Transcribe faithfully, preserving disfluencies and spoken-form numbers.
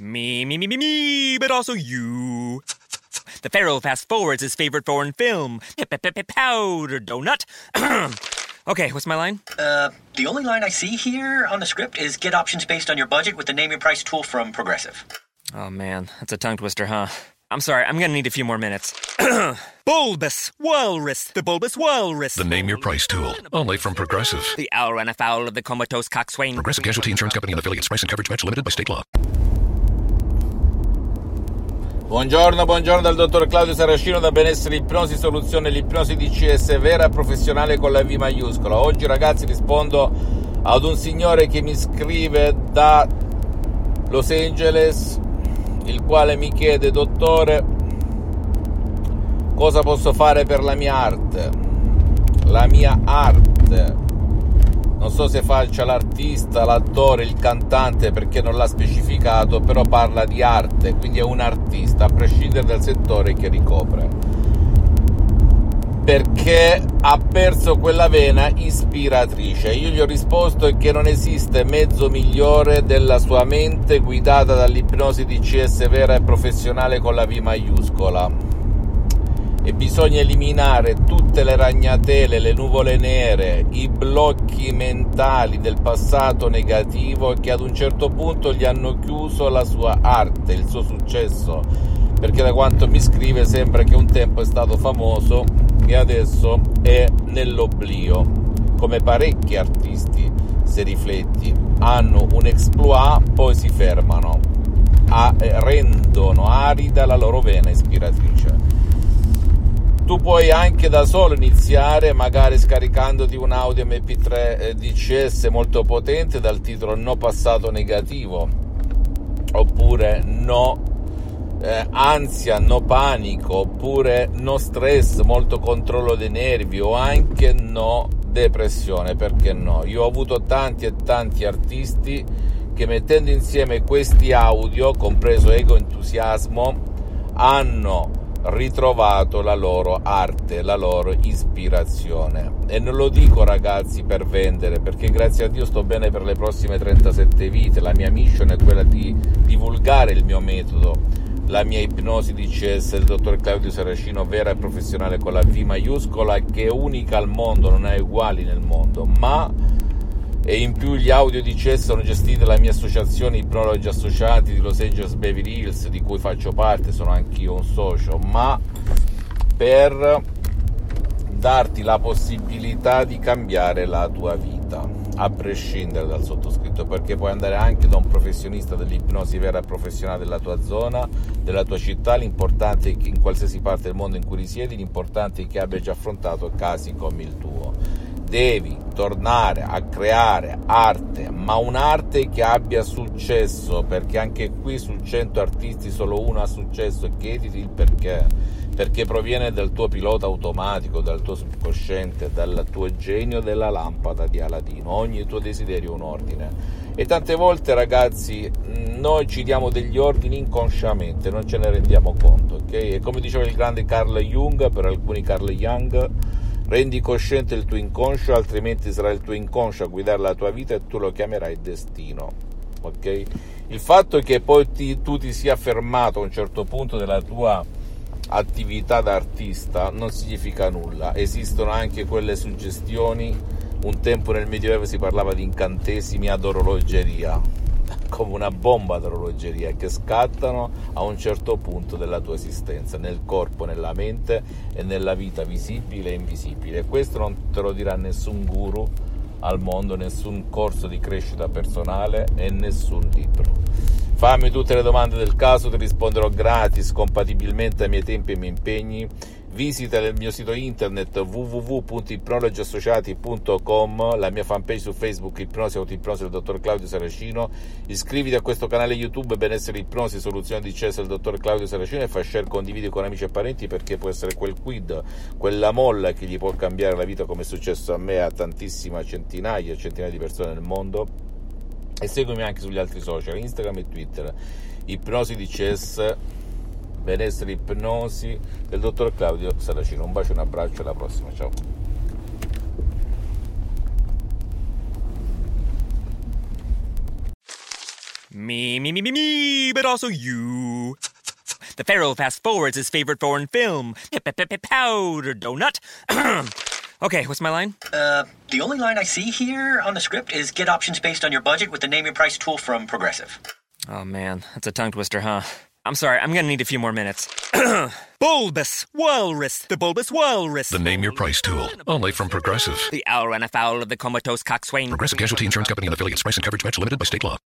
Me, me, me, me, me, but also you. The Pharaoh fast forwards his favorite foreign film, Powder Donut. Okay, what's my line? Uh, the only line I see here on the script is get options based on your budget with the Name Your Price tool from Progressive. Oh man, that's a tongue twister, huh? I'm sorry, I'm gonna need a few more minutes. Bulbous Walrus, the Bulbous Walrus. The Name Your Price tool, only from Progressive. The owl ran afoul of the comatose coxswain. Progressive Casualty Insurance Company and affiliates. Price and coverage match limited by state law. Buongiorno, buongiorno dal dottor Claudio Saracino da Benessere Ipnosi Soluzione, l'ipnosi D C S vera e professionale con la V maiuscola. Oggi ragazzi rispondo ad un signore che mi scrive da Los Angeles, il quale mi chiede: dottore, cosa posso fare per la mia arte? La mia arte. Non so se faccia l'artista, l'attore, il cantante, perché non l'ha specificato, però parla di arte, quindi è un artista, a prescindere dal settore che ricopre. Perché ha perso quella vena ispiratrice. Io gli ho risposto che non esiste mezzo migliore della sua mente guidata dall'ipnosi D C S vera e professionale con la V maiuscola. E bisogna eliminare tutte le ragnatele, le nuvole nere, i blocchi mentali del passato negativo che ad un certo punto gli hanno chiuso la sua arte, il suo successo, perché da quanto mi scrive sembra che un tempo è stato famoso e adesso è nell'oblio, come parecchi artisti, se rifletti, hanno un exploit, poi si fermano, a, eh, rendono arida la loro vena ispiratrice. Tu puoi anche da solo iniziare, magari scaricandoti un audio M P tre D C S molto potente dal titolo No passato negativo, oppure no eh, ansia, no panico, oppure no stress, molto controllo dei nervi, o anche no depressione, perché no? Io ho avuto tanti e tanti artisti che, mettendo insieme questi audio, compreso Ego Entusiasmo, hanno ritrovato la loro arte, la loro ispirazione. E non lo dico ragazzi per vendere, perché grazie a Dio sto bene per le prossime trentasette vite. La mia mission è quella di divulgare il mio metodo, la mia ipnosi D C S del dottor Claudio Saracino vera e professionale con la V maiuscola, che è unica al mondo, non ha uguali nel mondo, ma e in più gli audio D C S sono gestiti dalla mia associazione Ipnologi Associati di Los Angeles Beverly Hills, di cui faccio parte, sono anch'io un socio, ma per darti la possibilità di cambiare la tua vita, a prescindere dal sottoscritto, perché puoi andare anche da un professionista dell'ipnosi vera e professionale della tua zona, della tua città. L'importante è che in qualsiasi parte del mondo in cui risiedi, l'importante è che abbia già affrontato casi come il tuo. Devi tornare a creare arte, ma un'arte che abbia successo, perché anche qui su cento artisti solo uno ha successo, e chiediti il perché. Perché proviene dal tuo pilota automatico, dal tuo subconsciente, dal tuo genio della lampada di Aladino. Ogni tuo desiderio è un ordine. E tante volte ragazzi noi ci diamo degli ordini inconsciamente, non ce ne rendiamo conto, ok? E come diceva il grande Carl Jung, per alcuni Carl Jung, rendi cosciente il tuo inconscio, altrimenti sarà il tuo inconscio a guidare la tua vita e tu lo chiamerai destino, ok? Il fatto è che poi ti, tu ti sia fermato a un certo punto della tua attività da artista non significa nulla. Esistono anche quelle suggestioni, un tempo nel Medioevo si parlava di incantesimi ad orologeria, come una bomba ad orologeria, che scattano a un certo punto della tua esistenza, nel corpo, nella mente e nella vita visibile e invisibile. E questo non te lo dirà nessun guru al mondo, nessun corso di crescita personale e nessun libro. Fammi tutte le domande del caso, ti risponderò gratis, compatibilmente ai miei tempi e ai miei impegni. Visita il mio sito internet w w w punto ipnologi associati punto com, la mia fanpage su Facebook Ipnosi Autoipnosi del dottor Claudio Saracino. Iscriviti a questo canale YouTube Benessere Ipnosi Soluzione D C S del dottor Claudio Saracino e fai share, condividi con amici e parenti, perché può essere quel quid, quella molla che gli può cambiare la vita, come è successo a me e a tantissime centinaia e centinaia di persone nel mondo. E seguimi anche sugli altri social, Instagram e Twitter, Ipnosi D C S, Benessere Ipnosi del dottor Claudio Saracino. Un bacio, un abbraccio, alla prossima, ciao. Me, me, me, me, me, but also you. The Pharaoh fast forwards his favorite foreign film, Powder Donut. Okay, what's my line? Uh, the only line I see here on the script is get options based on your budget with the Name Your Price tool from Progressive. Oh man, that's a tongue twister, huh? I'm sorry, I'm gonna need a few more minutes. Bulbous Walrus, the Bulbous Walrus. The Name Your Price tool, only from Progressive. The owl ran afoul of the comatose coxswain. Progressive Casualty Insurance Company and affiliates. Price and coverage match limited by state law.